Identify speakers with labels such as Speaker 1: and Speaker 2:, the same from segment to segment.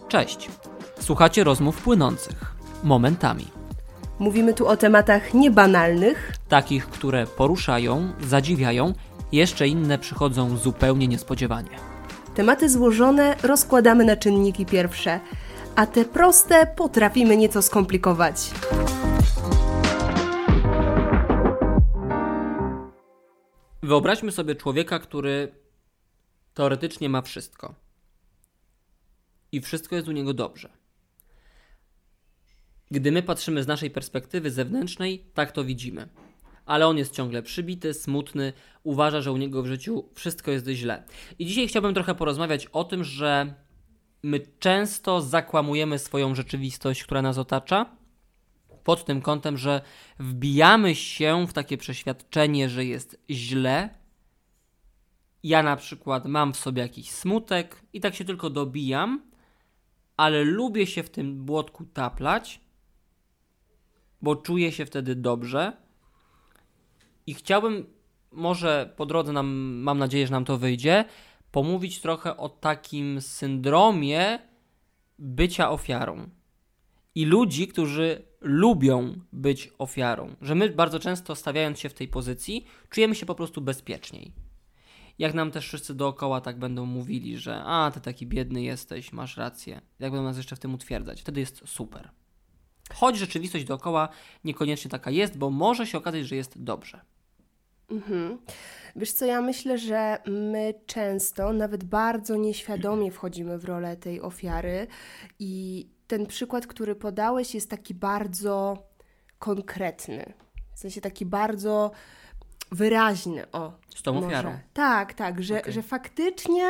Speaker 1: Cześć! Słuchacie rozmów płynących, momentami.
Speaker 2: Mówimy tu o tematach niebanalnych,
Speaker 1: Takich, które poruszają, zadziwiają, jeszcze inne przychodzą zupełnie niespodziewanie.
Speaker 2: Tematy złożone rozkładamy na czynniki pierwsze, a te proste potrafimy nieco skomplikować.
Speaker 1: Wyobraźmy sobie człowieka, który teoretycznie ma wszystko. I wszystko jest u niego dobrze. Gdy my patrzymy z naszej perspektywy zewnętrznej, tak to widzimy. Ale on jest ciągle przybity, smutny, uważa, że u niego w życiu wszystko jest źle. I dzisiaj chciałbym trochę porozmawiać o tym, że my często zakłamujemy swoją rzeczywistość, która nas otacza, pod tym kątem, że wbijamy się w takie przeświadczenie, że jest źle. Ja na przykład mam w sobie jakiś smutek i tak się tylko dobijam, ale lubię się w tym błotku taplać, bo czuję się wtedy dobrze. I chciałbym, może po drodze mam nadzieję, że nam to wyjdzie, pomówić trochę o takim syndromie bycia ofiarą. I ludzi, którzy lubią być ofiarą. Że my bardzo często, stawiając się w tej pozycji, czujemy się po prostu bezpieczniej. Jak nam też wszyscy dookoła tak będą mówili, że ty taki biedny jesteś, masz rację. Jak będą nas jeszcze w tym utwierdzać. Wtedy jest super. Choć rzeczywistość dookoła niekoniecznie taka jest, bo może się okazać, że jest dobrze.
Speaker 2: Wiesz co, ja myślę, że my często, nawet bardzo nieświadomie wchodzimy w rolę tej ofiary i ten przykład, który podałeś, jest taki bardzo konkretny. W sensie taki bardzo wyraźny.
Speaker 1: Z tą ofiarą.
Speaker 2: Tak, że faktycznie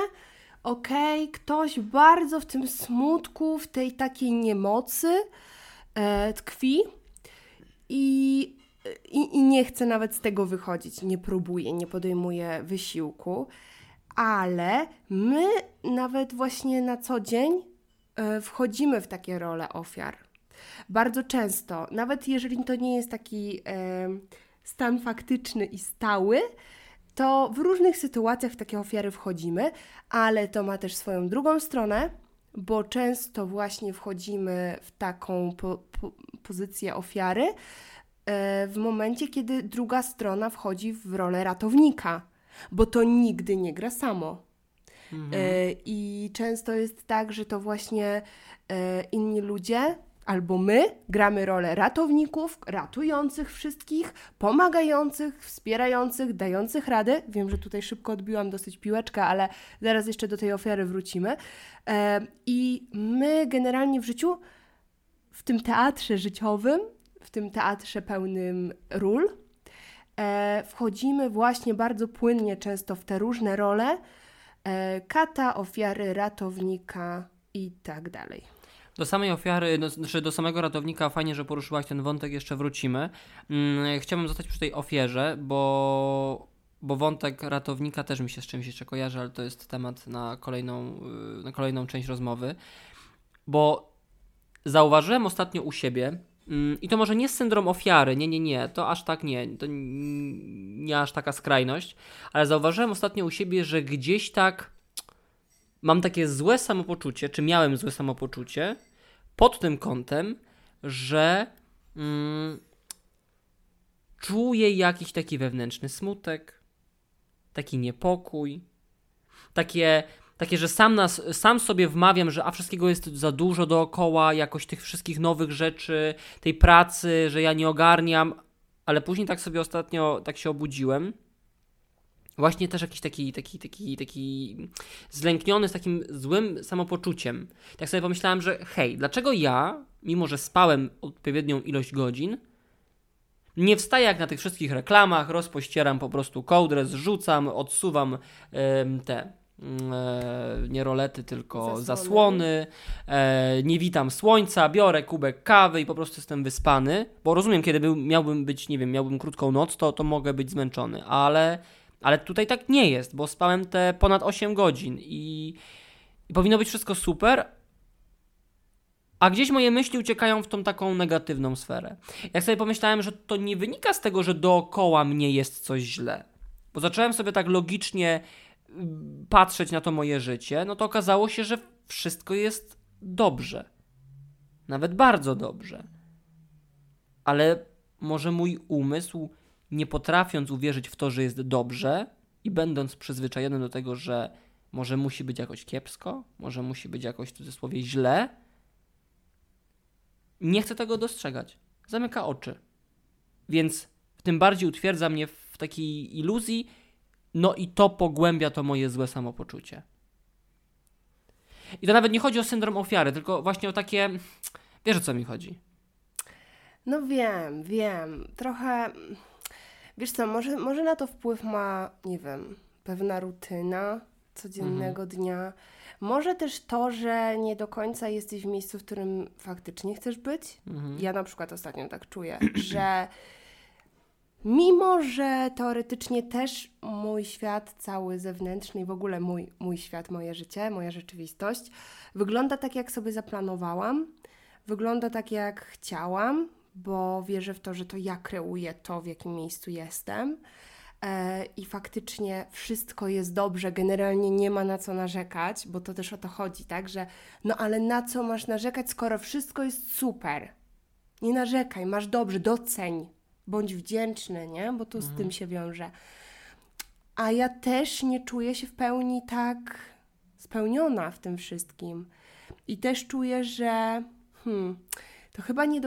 Speaker 2: ktoś bardzo w tym smutku, w tej takiej niemocy tkwi i nie chce nawet z tego wychodzić, nie próbuje, nie podejmuje wysiłku, ale my nawet właśnie na co dzień wchodzimy w takie role ofiar. Bardzo często, nawet jeżeli to nie jest taki stan faktyczny i stały, to w różnych sytuacjach w takie ofiary wchodzimy, ale to ma też swoją drugą stronę, bo często właśnie wchodzimy w taką pozycję ofiary w momencie, kiedy druga strona wchodzi w rolę ratownika, bo to nigdy nie gra samo. I często jest tak, że to właśnie inni ludzie albo my gramy rolę ratowników, ratujących wszystkich, pomagających, wspierających, dających radę. Wiem, że tutaj szybko odbiłam dosyć piłeczkę, ale zaraz jeszcze do tej ofiary wrócimy. I my generalnie w życiu, w tym teatrze życiowym, w tym teatrze pełnym ról, wchodzimy właśnie bardzo płynnie często w te różne role kata, ofiary, ratownika i tak dalej.
Speaker 1: Do samej ofiary, do samego ratownika fajnie, że poruszyłaś ten wątek, jeszcze wrócimy. Chciałbym zostać przy tej ofierze, bo wątek ratownika też mi się z czymś jeszcze kojarzy, ale to jest temat na kolejną część rozmowy. Bo zauważyłem ostatnio u siebie, i to może nie syndrom ofiary, nie, to aż tak nie, to nie aż taka skrajność, ale zauważyłem ostatnio u siebie, że gdzieś tak mam takie złe samopoczucie, czy miałem złe samopoczucie pod tym kątem, że czuję jakiś taki wewnętrzny smutek, taki niepokój, takie, że sam sobie wmawiam, że wszystkiego jest za dużo dookoła, jakoś tych wszystkich nowych rzeczy, tej pracy, że ja nie ogarniam, ale później tak sobie ostatnio tak się obudziłem. Właśnie też jakiś taki zlękniony z takim złym samopoczuciem. Tak sobie pomyślałem, że hej, dlaczego ja, mimo że spałem odpowiednią ilość godzin, nie wstaję jak na tych wszystkich reklamach, rozpościeram po prostu kołdrę, zrzucam, odsuwam nie rolety, tylko zasłony, nie witam słońca, biorę kubek kawy i po prostu jestem wyspany, bo rozumiem, kiedy miałbym być, nie wiem, miałbym krótką noc, to mogę być zmęczony, ale tutaj tak nie jest, bo spałem te ponad 8 godzin i powinno być wszystko super, a gdzieś moje myśli uciekają w tą taką negatywną sferę. Jak sobie pomyślałem, że to nie wynika z tego, że dookoła mnie jest coś źle, bo zacząłem sobie tak logicznie patrzeć na to moje życie, no to okazało się, że wszystko jest dobrze. Nawet bardzo dobrze. Ale może mój umysł, nie potrafiąc uwierzyć w to, że jest dobrze i będąc przyzwyczajony do tego, że może musi być jakoś kiepsko, może musi być jakoś w cudzysłowie źle, nie chce tego dostrzegać. Zamyka oczy. Więc tym bardziej utwierdza mnie w takiej iluzji, no i to pogłębia to moje złe samopoczucie. I to nawet nie chodzi o syndrom ofiary, tylko właśnie o takie... Wiesz, o co mi chodzi?
Speaker 2: No wiem. Trochę... Wiesz co, może na to wpływ ma, nie wiem, pewna rutyna codziennego dnia. Może też to, że nie do końca jesteś w miejscu, w którym faktycznie chcesz być. Ja na przykład ostatnio tak czuję, że mimo, że teoretycznie też mój świat cały zewnętrzny i w ogóle mój świat, moje życie, moja rzeczywistość wygląda tak, jak sobie zaplanowałam, wygląda tak, jak chciałam, bo wierzę w to, że to ja kreuję to, w jakim miejscu jestem i faktycznie wszystko jest dobrze, generalnie nie ma na co narzekać, bo to też o to chodzi, tak, że no ale na co masz narzekać, skoro wszystko jest super? Nie narzekaj, masz dobrze, doceń. Bądź wdzięczny, nie? Bo to z tym się wiąże. A ja też nie czuję się w pełni tak spełniona w tym wszystkim. I też czuję, że to chyba nie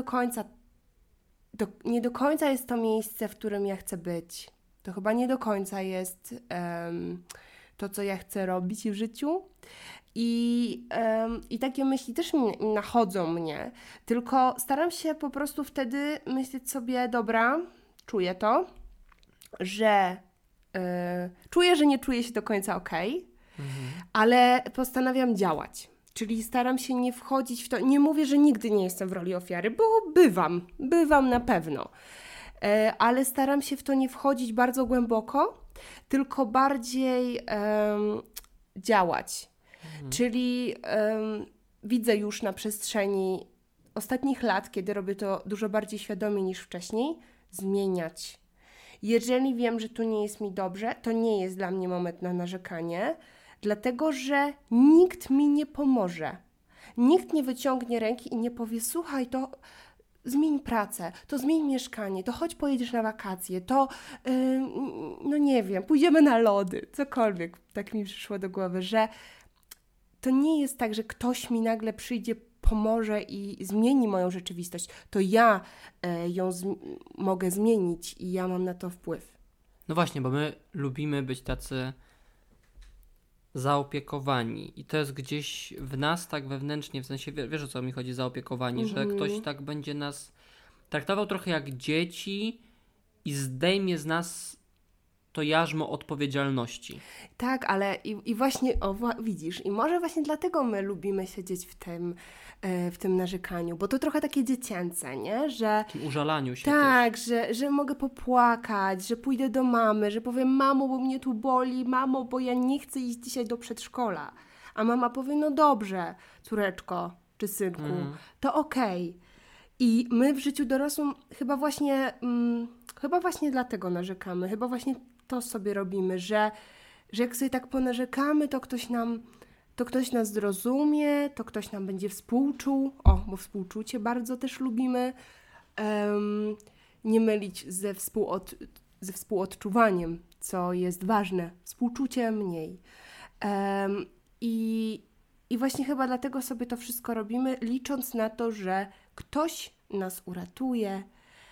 Speaker 2: do końca jest to miejsce, w którym ja chcę być. To chyba nie do końca jest to, co ja chcę robić w życiu. I takie myśli też nachodzą mnie, tylko staram się po prostu wtedy myśleć sobie, dobra, czuję to, że nie czuję się do końca okej, ale postanawiam działać. Czyli staram się nie wchodzić w to, nie mówię, że nigdy nie jestem w roli ofiary, bo bywam na pewno, ale staram się w to nie wchodzić bardzo głęboko, tylko bardziej działać. Czyli widzę już na przestrzeni ostatnich lat, kiedy robię to dużo bardziej świadomie niż wcześniej, zmieniać. Jeżeli wiem, że tu nie jest mi dobrze, to nie jest dla mnie moment na narzekanie, dlatego że nikt mi nie pomoże. Nikt nie wyciągnie ręki i nie powie, słuchaj, to zmień pracę, to zmień mieszkanie, to chodź pojedziesz na wakacje, to no nie wiem, pójdziemy na lody, cokolwiek. Tak mi przyszło do głowy, że to nie jest tak, że ktoś mi nagle przyjdzie, pomoże i zmieni moją rzeczywistość. To ja ją mogę zmienić i ja mam na to wpływ.
Speaker 1: No właśnie, bo my lubimy być tacy zaopiekowani i to jest gdzieś w nas tak wewnętrznie, w sensie, wiesz o co mi chodzi, zaopiekowani, że ktoś tak będzie nas traktował trochę jak dzieci i zdejmie z nas to jarzmo odpowiedzialności.
Speaker 2: Tak, ale i właśnie, widzisz, i może właśnie dlatego my lubimy siedzieć w tym narzekaniu, bo to trochę takie dziecięce, nie? Że
Speaker 1: w tym użalaniu się
Speaker 2: tak, że mogę popłakać, że pójdę do mamy, że powiem, mamo, bo mnie tu boli, mamo, bo ja nie chcę iść dzisiaj do przedszkola. A mama powie, no dobrze, córeczko czy synku, to okej. I my w życiu dorosłym chyba właśnie dlatego narzekamy, chyba właśnie to sobie robimy, że jak sobie tak ponarzekamy, to ktoś nas zrozumie, to ktoś nam będzie współczuł, bo współczucie bardzo też lubimy, nie mylić ze współodczuwaniem, co jest ważne, współczucie mniej. I właśnie chyba dlatego sobie to wszystko robimy, licząc na to, że ktoś nas uratuje,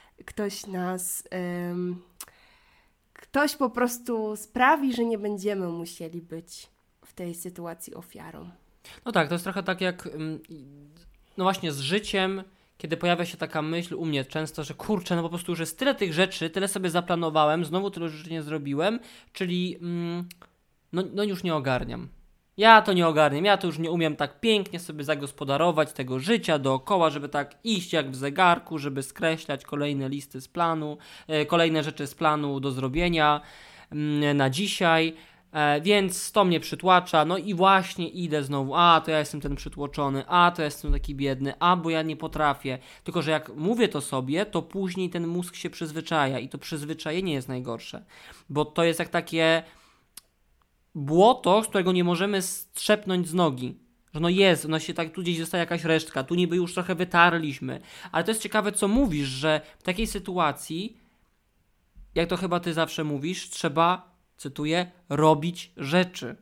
Speaker 2: ktoś po prostu sprawi, że nie będziemy musieli być w tej sytuacji ofiarą.
Speaker 1: No tak, to jest trochę tak jak no właśnie z życiem, kiedy pojawia się taka myśl u mnie często, że kurczę, no po prostu już jest tyle tych rzeczy, tyle sobie zaplanowałem, znowu tyle rzeczy nie zrobiłem, czyli no już nie ogarniam. Ja to nie ogarniam, ja to już nie umiem tak pięknie sobie zagospodarować tego życia dookoła, żeby tak iść jak w zegarku, żeby skreślać kolejne listy z planu, kolejne rzeczy z planu do zrobienia na dzisiaj, więc to mnie przytłacza, no i właśnie idę znowu, to ja jestem ten przytłoczony, to ja jestem taki biedny, bo ja nie potrafię, tylko że jak mówię to sobie, to później ten mózg się przyzwyczaja i to przyzwyczajenie jest najgorsze, bo to jest jak takie błoto, z którego nie możemy strzepnąć z nogi, Że no jest, no się tak, tu gdzieś zostaje jakaś resztka, tu niby już trochę wytarliśmy. Ale to jest ciekawe, co mówisz, że w takiej sytuacji, jak to chyba ty zawsze mówisz, trzeba, cytuję, robić rzeczy.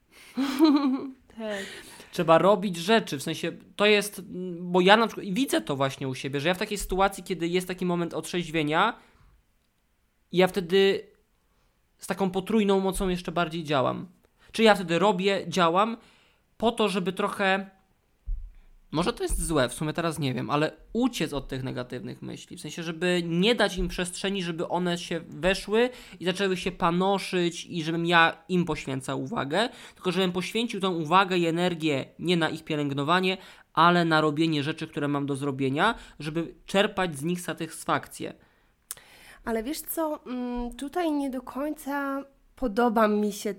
Speaker 2: Tak.
Speaker 1: Trzeba robić rzeczy, w sensie to jest, bo ja na przykład widzę to właśnie u siebie, że ja w takiej sytuacji, kiedy jest taki moment otrzeźwienia, ja wtedy z taką potrójną mocą jeszcze bardziej działam. Czyli ja wtedy robię, działam po to, żeby trochę, może to jest złe, w sumie teraz nie wiem, ale uciec od tych negatywnych myśli, w sensie, żeby nie dać im przestrzeni, żeby one się weszły i zaczęły się panoszyć i żebym ja im poświęcał uwagę, tylko żebym poświęcił tą uwagę i energię nie na ich pielęgnowanie, ale na robienie rzeczy, które mam do zrobienia, żeby czerpać z nich satysfakcję.
Speaker 2: Ale wiesz co, tutaj nie do końca podoba mi się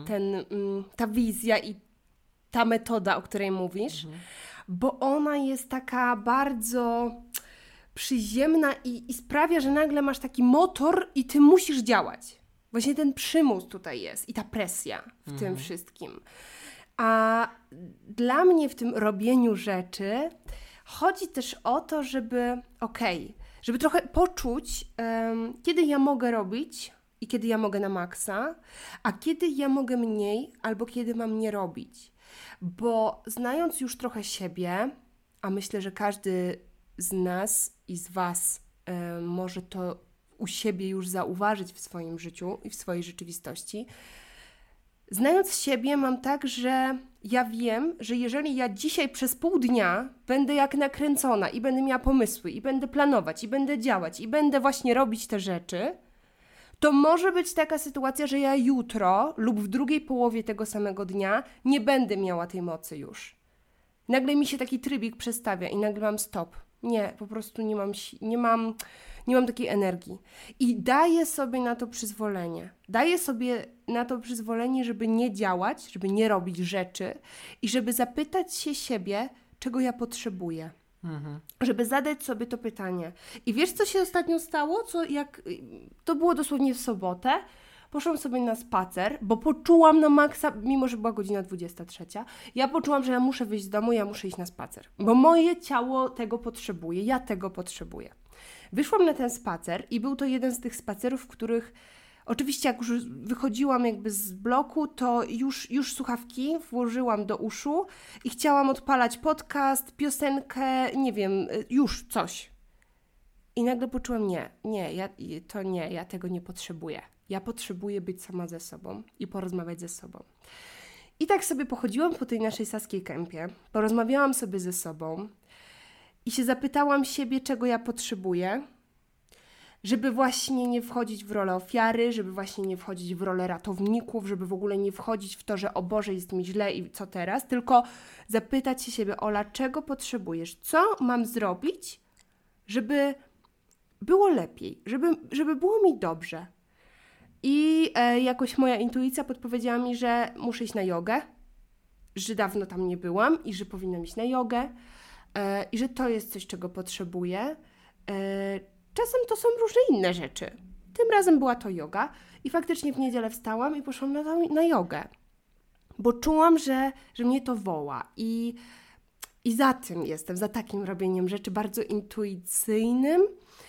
Speaker 2: ta wizja i ta metoda, o której mówisz, bo ona jest taka bardzo przyziemna i sprawia, że nagle masz taki motor i ty musisz działać. Właśnie ten przymus tutaj jest i ta presja w tym wszystkim. A dla mnie w tym robieniu rzeczy chodzi też o to, żeby żeby trochę poczuć, kiedy ja mogę robić i kiedy ja mogę na maksa, a kiedy ja mogę mniej albo kiedy mam nie robić. Bo znając już trochę siebie, a myślę, że każdy z nas i z was może to u siebie już zauważyć w swoim życiu i w swojej rzeczywistości, znając siebie mam tak, że ja wiem, że jeżeli ja dzisiaj przez pół dnia będę jak nakręcona i będę miała pomysły i będę planować i będę działać i będę właśnie robić te rzeczy, to może być taka sytuacja, że ja jutro lub w drugiej połowie tego samego dnia nie będę miała tej mocy już. Nagle mi się taki trybik przestawia i nagle mam stop. Nie, po prostu nie mam takiej energii. I daję sobie na to przyzwolenie. Daję sobie na to przyzwolenie, żeby nie działać, żeby nie robić rzeczy i żeby zapytać się siebie, czego ja potrzebuję. Żeby zadać sobie to pytanie. I wiesz, co się ostatnio stało? To było dosłownie w sobotę. Poszłam sobie na spacer, bo poczułam na maksa, mimo że była godzina 23, ja poczułam, że ja muszę wyjść z domu, ja muszę iść na spacer. Bo moje ciało tego potrzebuje, ja tego potrzebuję. Wyszłam na ten spacer i był to jeden z tych spacerów, w których oczywiście jak już wychodziłam jakby z bloku, to już słuchawki włożyłam do uszu i chciałam odpalać podcast, piosenkę, nie wiem, już coś. I nagle poczułam, ja tego nie potrzebuję. Ja potrzebuję być sama ze sobą i porozmawiać ze sobą. I tak sobie pochodziłam po tej naszej Saskiej Kępie, porozmawiałam sobie ze sobą i się zapytałam siebie, czego ja potrzebuję, żeby właśnie nie wchodzić w rolę ofiary, żeby właśnie nie wchodzić w rolę ratowników, żeby w ogóle nie wchodzić w to, że o Boże, jest mi źle i co teraz, tylko zapytać się siebie, Ola, czego potrzebujesz, co mam zrobić, żeby było lepiej, żeby było mi dobrze. I jakoś moja intuicja podpowiedziała mi, że muszę iść na jogę, że dawno tam nie byłam i że powinnam iść na jogę i że to jest coś, czego potrzebuję. Czasem to są różne inne rzeczy. Tym razem była to joga i faktycznie w niedzielę wstałam i poszłam na jogę, bo czułam, że mnie to woła i za tym jestem, za takim robieniem rzeczy bardzo intuicyjnym,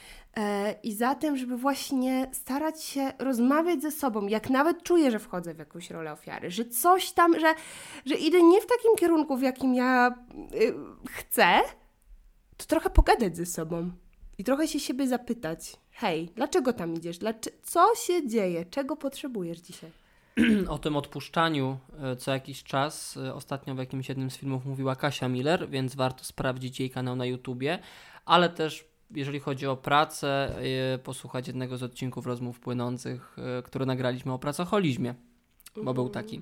Speaker 2: i za tym, żeby właśnie starać się rozmawiać ze sobą, jak nawet czuję, że wchodzę w jakąś rolę ofiary, że coś tam, że idę nie w takim kierunku, w jakim ja chcę, to trochę pogadać ze sobą i trochę się siebie zapytać, hej, dlaczego tam idziesz, co się dzieje, czego potrzebujesz dzisiaj?
Speaker 1: O tym odpuszczaniu co jakiś czas ostatnio w jakimś jednym z filmów mówiła Kasia Miller, więc warto sprawdzić jej kanał na YouTubie, ale też jeżeli chodzi o pracę, posłuchać jednego z odcinków Rozmów Płynących, które nagraliśmy o pracoholizmie, bo był taki.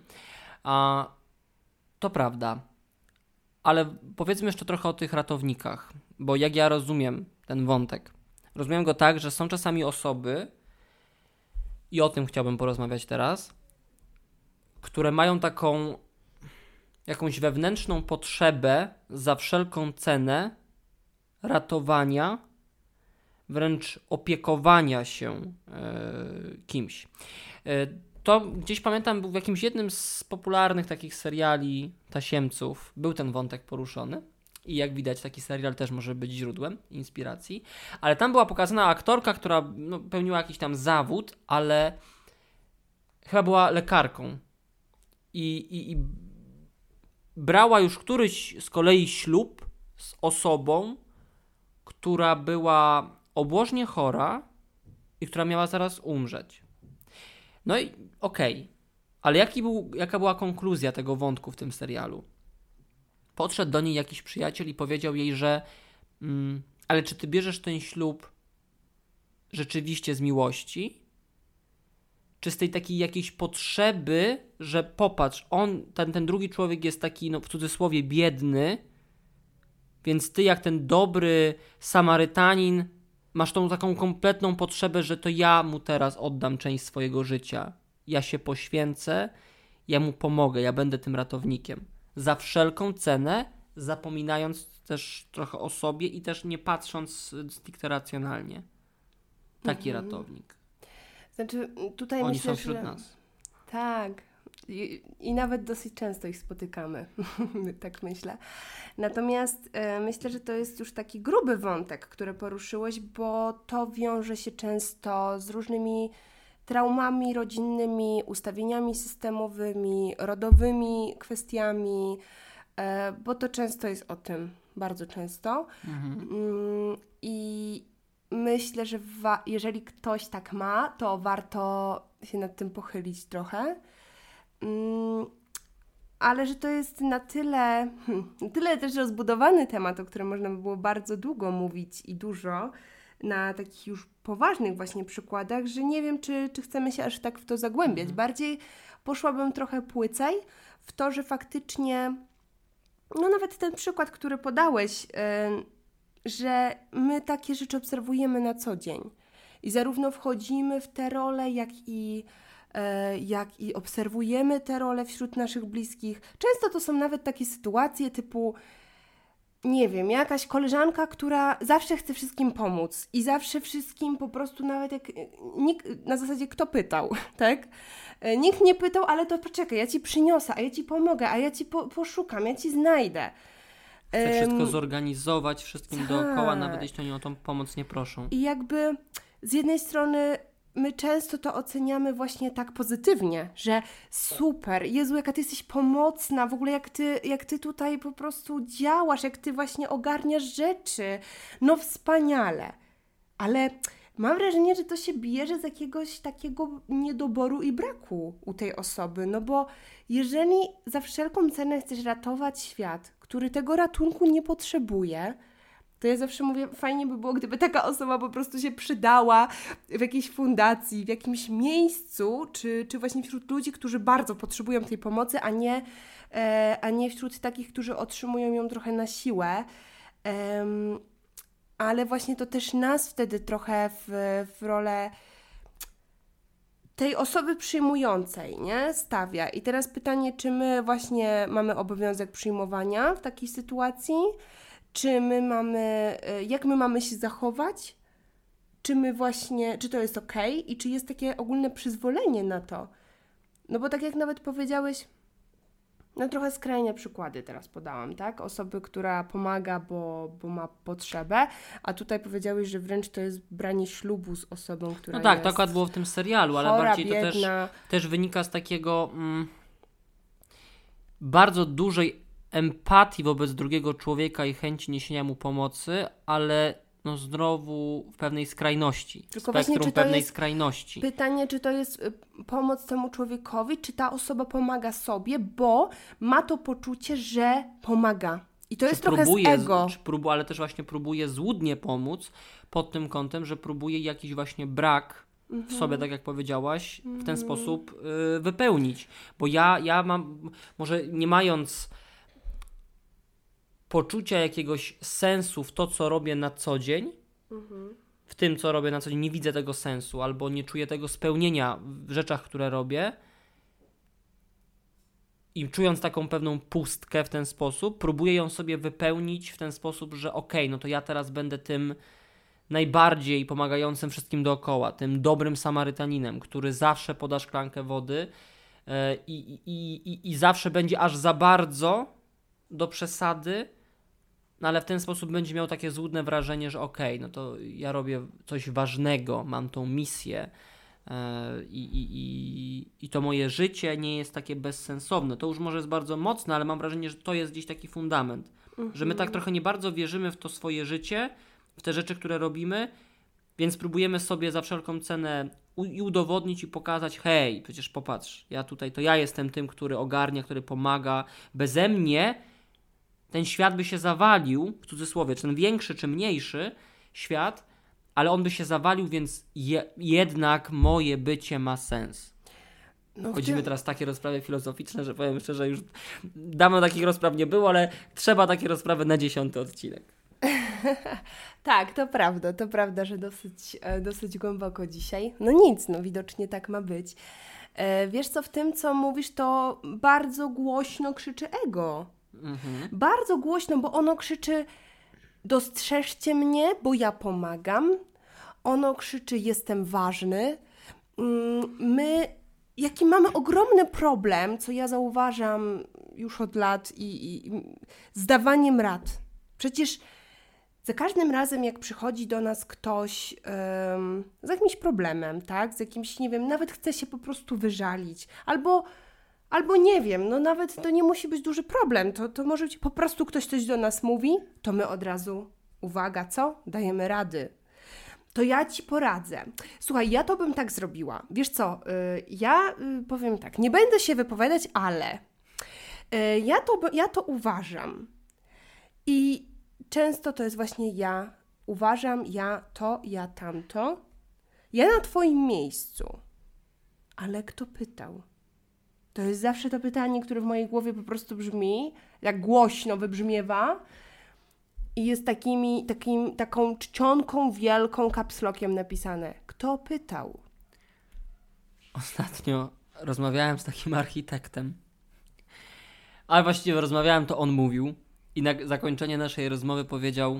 Speaker 1: To prawda, ale powiedzmy jeszcze trochę o tych ratownikach, bo jak ja rozumiem ten wątek, rozumiem go tak, że są czasami osoby, i o tym chciałbym porozmawiać teraz, które mają taką jakąś wewnętrzną potrzebę za wszelką cenę ratowania, wręcz opiekowania się kimś. to gdzieś pamiętam, był w jakimś jednym z popularnych takich seriali tasiemców, był ten wątek poruszony. I jak widać, taki serial też może być źródłem inspiracji. Ale tam była pokazana aktorka, która pełniła jakiś tam zawód, ale chyba była lekarką. I brała już któryś z kolei ślub z osobą, która była obłożnie chora i która miała zaraz umrzeć. No i okej. Ale jaka była konkluzja tego wątku w tym serialu? Podszedł do niej jakiś przyjaciel i powiedział jej, że ale czy ty bierzesz ten ślub rzeczywiście z miłości? Czy z tej takiej jakiejś potrzeby, że popatrz, ten drugi człowiek jest taki, w cudzysłowie, biedny, więc ty jak ten dobry Samarytanin masz tą taką kompletną potrzebę, że to ja mu teraz oddam część swojego życia. Ja się poświęcę, ja mu pomogę, ja będę tym ratownikiem. Za wszelką cenę, zapominając też trochę o sobie i też nie patrząc stricte racjonalnie. Taki ratownik.
Speaker 2: Znaczy, tutaj
Speaker 1: Oni
Speaker 2: myślę,
Speaker 1: są wśród
Speaker 2: że...
Speaker 1: nas.
Speaker 2: Tak. I nawet dosyć często ich spotykamy. Tak myślę. Natomiast myślę, że to jest już taki gruby wątek, który poruszyłeś, bo to wiąże się często z różnymi traumami rodzinnymi, ustawieniami systemowymi, rodowymi kwestiami, bo to często jest o tym, bardzo często. I myślę, że jeżeli ktoś tak ma, to warto się nad tym pochylić trochę. Ale że to jest na tyle też rozbudowany temat, o którym można by było bardzo długo mówić i dużo, na takich już poważnych właśnie przykładach, że nie wiem, czy chcemy się aż tak w to zagłębiać. Bardziej poszłabym trochę płycej w to, że faktycznie, nawet ten przykład, który podałeś, że my takie rzeczy obserwujemy na co dzień. I zarówno wchodzimy w te role, jak i obserwujemy te role wśród naszych bliskich. Często to są nawet takie sytuacje typu, nie wiem, jakaś koleżanka, która zawsze chce wszystkim pomóc i zawsze wszystkim po prostu, nawet jak nikt, na zasadzie kto pytał, tak? Nikt nie pytał, ale to poczekaj, ja ci przyniosę, a ja ci pomogę, a ja ci poszukam, ja ci znajdę.
Speaker 1: Chce wszystko zorganizować, wszystkim dookoła, nawet jeśli oni o tą pomoc nie proszą.
Speaker 2: I jakby z jednej strony my często to oceniamy właśnie tak pozytywnie, że super, Jezu, jaka ty jesteś pomocna, w ogóle jak ty tutaj po prostu działasz, jak ty właśnie ogarniasz rzeczy, wspaniale. Ale mam wrażenie, że to się bierze z jakiegoś takiego niedoboru i braku u tej osoby, bo jeżeli za wszelką cenę chcesz ratować świat, który tego ratunku nie potrzebuje, to ja zawsze mówię, fajnie by było, gdyby taka osoba po prostu się przydała w jakiejś fundacji, w jakimś miejscu, czy właśnie wśród ludzi, którzy bardzo potrzebują tej pomocy, a nie wśród takich, którzy otrzymują ją trochę na siłę. Ale właśnie to też nas wtedy trochę w rolę tej osoby przyjmującej, nie? Stawia. I teraz pytanie, czy my właśnie mamy obowiązek przyjmowania w takiej sytuacji? Jak my mamy się zachować? Czy to jest okej? I czy jest takie ogólne przyzwolenie na to? Bo tak jak nawet powiedziałeś, trochę skrajne przykłady teraz podałam, tak? Osoby, która pomaga, bo ma potrzebę, a tutaj powiedziałeś, że wręcz to jest branie ślubu z osobą, która
Speaker 1: tak,
Speaker 2: jest
Speaker 1: to akurat było w tym serialu, ale
Speaker 2: chora,
Speaker 1: bardziej
Speaker 2: biedna.
Speaker 1: To też wynika z takiego bardzo dużej empatii wobec drugiego człowieka i chęci niesienia mu pomocy, ale znowu w pewnej skrajności.
Speaker 2: Tylko
Speaker 1: spektrum
Speaker 2: właśnie,
Speaker 1: pewnej skrajności.
Speaker 2: Pytanie, czy to jest pomoc temu człowiekowi, czy ta osoba pomaga sobie, bo ma to poczucie, że pomaga. I to jest trochę z ego.
Speaker 1: Ale też właśnie próbuje złudnie pomóc pod tym kątem, że próbuje jakiś właśnie brak w sobie, tak jak powiedziałaś, w ten sposób wypełnić. Bo ja mam, może nie mając poczucia jakiegoś sensu w to, co robię na co dzień, w tym, co robię na co dzień, nie widzę tego sensu, albo nie czuję tego spełnienia w rzeczach, które robię, i czując taką pewną pustkę w ten sposób, próbuję ją sobie wypełnić w ten sposób, że to ja teraz będę tym najbardziej pomagającym wszystkim dookoła, tym dobrym Samarytaninem, który zawsze poda szklankę wody i zawsze będzie aż za bardzo do przesady, no ale w ten sposób będzie miał takie złudne wrażenie, że okej, no to ja robię coś ważnego, mam tą misję i to moje życie nie jest takie bezsensowne. To już może jest bardzo mocne, ale mam wrażenie, że to jest gdzieś taki fundament, że my tak trochę nie bardzo wierzymy w to swoje życie, w te rzeczy, które robimy, więc próbujemy sobie za wszelką cenę i udowodnić i pokazać, hej, przecież popatrz, ja tutaj, to ja jestem tym, który ogarnia, który pomaga, beze mnie ten świat by się zawalił, w cudzysłowie, czy ten większy, czy mniejszy świat, ale on by się zawalił, więc jednak moje bycie ma sens. Chodzimy teraz w takie rozprawy filozoficzne, że powiem szczerze, już dawno takich rozpraw nie było, ale trzeba takie rozprawy na 10. odcinek.
Speaker 2: Tak, to prawda, że dosyć głęboko dzisiaj. No nic, no widocznie tak ma być. Wiesz co, w tym co mówisz, to bardzo głośno krzyczy ego. Bardzo głośno, bo ono krzyczy: dostrzeżcie mnie, bo ja pomagam. Ono krzyczy: jestem ważny. Jaki mamy ogromny problem, co ja zauważam już od lat i z dawaniem rad. Przecież za każdym razem, jak przychodzi do nas ktoś z jakimś problemem, tak, z jakimś, nie wiem, nawet chce się po prostu wyżalić, albo nie wiem, no nawet to nie musi być duży problem, to może być po prostu ktoś coś do nas mówi, to my od razu, uwaga, co? Dajemy rady. To ja Ci poradzę. Słuchaj, ja to bym tak zrobiła. Wiesz co, ja powiem tak, nie będę się wypowiadać, ale ja to uważam. I często to jest właśnie ja uważam, ja to, ja tamto. Ja na Twoim miejscu. Ale kto pytał? To jest zawsze to pytanie, które w mojej głowie po prostu brzmi, jak głośno wybrzmiewa i jest taką czcionką wielką kapslokiem napisane. Kto pytał?
Speaker 1: Ostatnio rozmawiałem z takim architektem, ale właściwie rozmawiałem, to on mówił i na zakończenie naszej rozmowy powiedział,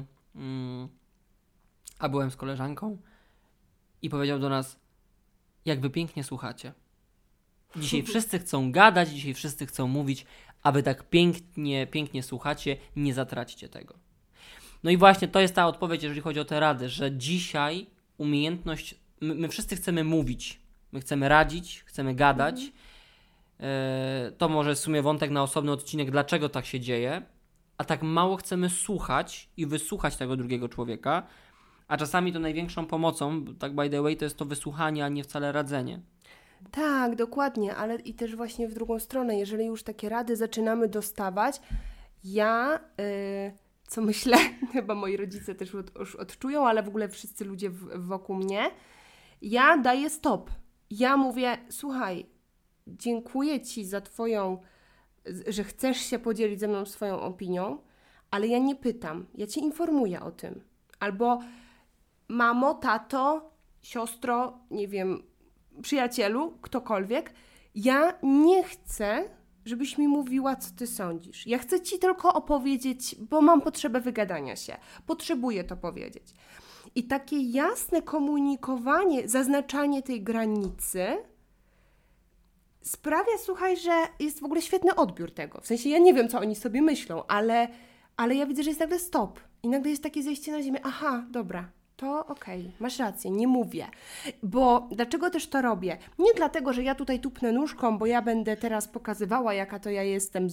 Speaker 1: a byłem z koleżanką i powiedział do nas: jak wy pięknie słuchacie. Dzisiaj wszyscy chcą gadać, dzisiaj wszyscy chcą mówić, a wy tak pięknie słuchacie, nie zatraćcie tego. No i właśnie to jest ta odpowiedź, jeżeli chodzi o te rady, że dzisiaj umiejętność, my wszyscy chcemy mówić, my chcemy radzić, chcemy gadać. To może w sumie wątek na osobny odcinek, dlaczego tak się dzieje, a tak mało chcemy słuchać i wysłuchać tego drugiego człowieka, a czasami to największą pomocą, tak by the way, to jest to wysłuchanie, a nie wcale radzenie.
Speaker 2: Tak, dokładnie, ale i też właśnie w drugą stronę, jeżeli już takie rady zaczynamy dostawać, co myślę, chyba moi rodzice też już odczują, ale w ogóle wszyscy ludzie wokół mnie, ja daję stop. Ja mówię: słuchaj, dziękuję Ci za że chcesz się podzielić ze mną swoją opinią, ale ja nie pytam, ja Cię informuję o tym. Albo mamo, tato, siostro, nie wiem, przyjacielu, ktokolwiek, ja nie chcę, żebyś mi mówiła, co Ty sądzisz. Ja chcę Ci tylko opowiedzieć, bo mam potrzebę wygadania się. Potrzebuję to powiedzieć. I takie jasne komunikowanie, zaznaczanie tej granicy sprawia, słuchaj, że jest w ogóle świetny odbiór tego. W sensie ja nie wiem, co oni sobie myślą, ale ja widzę, że jest nagle stop. I nagle jest takie zejście na ziemię. Aha, dobra. To okej, masz rację, nie mówię. Bo dlaczego też to robię? Nie dlatego, że ja tutaj tupnę nóżką, bo ja będę teraz pokazywała, jaka to ja jestem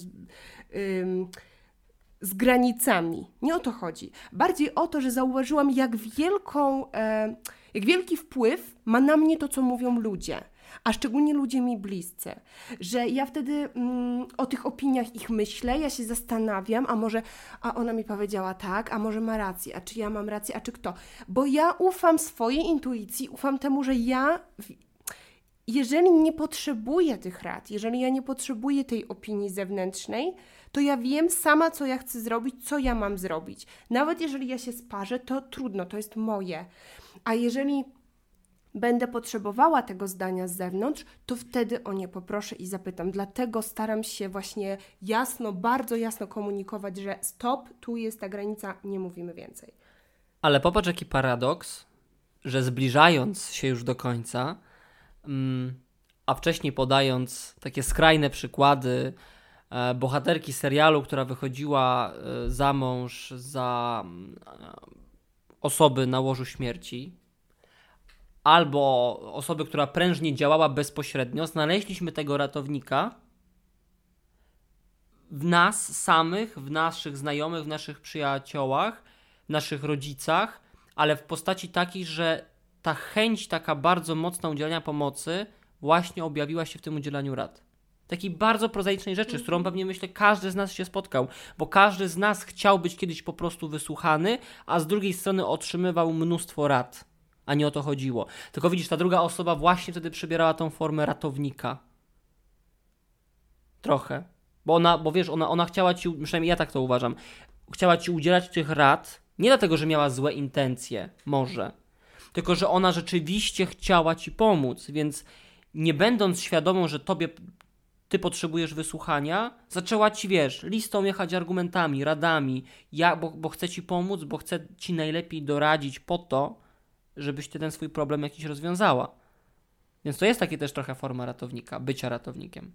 Speaker 2: z granicami. Nie o to chodzi. Bardziej o to, że zauważyłam, jak wielki wpływ ma na mnie to, co mówią ludzie. A szczególnie ludzie mi bliscy, że ja wtedy o tych opiniach ich myślę, ja się zastanawiam, a ona mi powiedziała tak, a może ma rację, a czy ja mam rację, a czy kto? Bo ja ufam swojej intuicji, ufam temu, że jeżeli nie potrzebuję tych rad, jeżeli ja nie potrzebuję tej opinii zewnętrznej, to ja wiem sama, co ja chcę zrobić, co ja mam zrobić. Nawet jeżeli ja się sparzę, to trudno, to jest moje. A jeżeli będę potrzebowała tego zdania z zewnątrz, to wtedy o nie poproszę i zapytam. Dlatego staram się właśnie bardzo jasno komunikować, że stop, tu jest ta granica, nie mówimy więcej.
Speaker 1: Ale popatrz jaki paradoks, że zbliżając się już do końca, a wcześniej podając takie skrajne przykłady bohaterki serialu, która wychodziła za mąż za osoby na łożu śmierci, albo osoby, która prężnie działała bezpośrednio, znaleźliśmy tego ratownika w nas samych, w naszych znajomych, w naszych przyjaciołach, w naszych rodzicach, ale w postaci takiej, że ta chęć taka bardzo mocna udzielania pomocy właśnie objawiła się w tym udzielaniu rad. Takiej bardzo prozaicznej rzeczy, z którą pewnie myślę każdy z nas się spotkał, bo każdy z nas chciał być kiedyś po prostu wysłuchany, a z drugiej strony otrzymywał mnóstwo rad, a nie o to chodziło. Tylko widzisz, ta druga osoba właśnie wtedy przybierała tą formę ratownika. Trochę. Bo wiesz, ona chciała ci, przynajmniej ja tak to uważam, chciała ci udzielać tych rad, nie dlatego, że miała złe intencje, może, tylko że ona rzeczywiście chciała ci pomóc, więc nie będąc świadomą, że ty potrzebujesz wysłuchania, zaczęła ci, wiesz, listą jechać argumentami, radami, bo chce ci pomóc, bo chce ci najlepiej doradzić po to, żebyś ty ten swój problem jakiś rozwiązała. Więc to jest takie też trochę forma ratownika, bycia ratownikiem.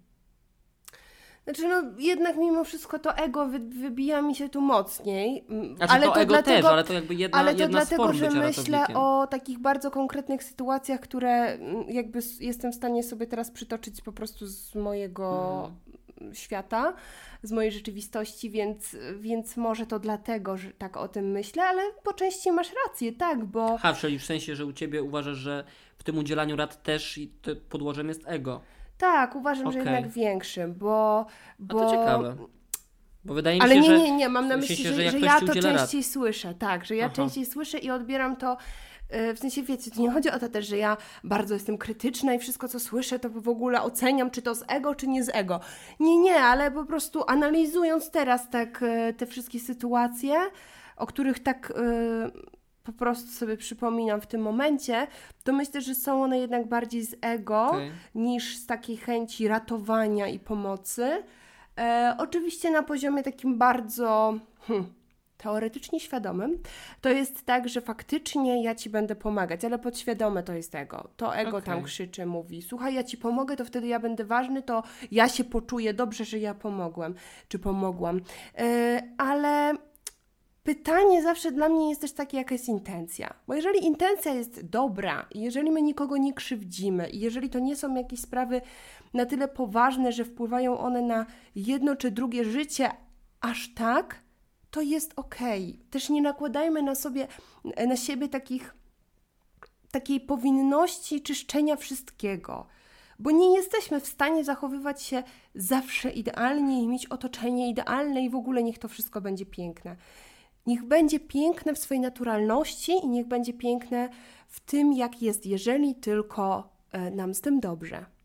Speaker 2: Znaczy, jednak mimo wszystko to ego wybija mi się tu mocniej.
Speaker 1: Znaczy ale to ego dlatego, też, ale to jakby jedna z form bycia ratownikiem. Ale to dlatego, że myślę
Speaker 2: o takich bardzo konkretnych sytuacjach, które jakby jestem w stanie sobie teraz przytoczyć po prostu z mojego świata, z mojej rzeczywistości, więc może to dlatego, że tak o tym myślę, ale po części masz rację, tak, bo...
Speaker 1: Czyli w sensie, że u ciebie uważasz, że w tym udzielaniu rad też podłożem jest ego.
Speaker 2: Tak, uważam, że jednak większym, bo...
Speaker 1: A to ciekawe. Bo wydaje mi
Speaker 2: się,
Speaker 1: że...
Speaker 2: Ale nie, mam na myśli, że ja to częściej słyszę. Tak, że ja częściej słyszę i odbieram to, w sensie wiecie, to nie chodzi o to też, że ja bardzo jestem krytyczna i wszystko co słyszę to w ogóle oceniam, czy to z ego, czy nie z ego. Nie, ale po prostu analizując teraz tak te wszystkie sytuacje, o których tak... po prostu sobie przypominam w tym momencie, to myślę, że są one jednak bardziej z ego niż z takiej chęci ratowania i pomocy. Oczywiście na poziomie takim bardzo teoretycznie świadomym, to jest tak, że faktycznie ja ci będę pomagać, ale podświadome to jest ego. To ego tam krzyczy, mówi, słuchaj, ja ci pomogę, to wtedy ja będę ważny, to ja się poczuję dobrze, że ja pomogłem, czy pomogłam. Ale... Pytanie zawsze dla mnie jest też takie, jaka jest intencja. Bo jeżeli intencja jest dobra i jeżeli my nikogo nie krzywdzimy i jeżeli to nie są jakieś sprawy na tyle poważne, że wpływają one na jedno czy drugie życie aż tak, to jest okej. Też nie nakładajmy na siebie takiej powinności czyszczenia wszystkiego. Bo nie jesteśmy w stanie zachowywać się zawsze idealnie i mieć otoczenie idealne i w ogóle niech to wszystko będzie piękne. Niech będzie piękne w swojej naturalności i niech będzie piękne w tym, jak jest, jeżeli tylko nam z tym dobrze.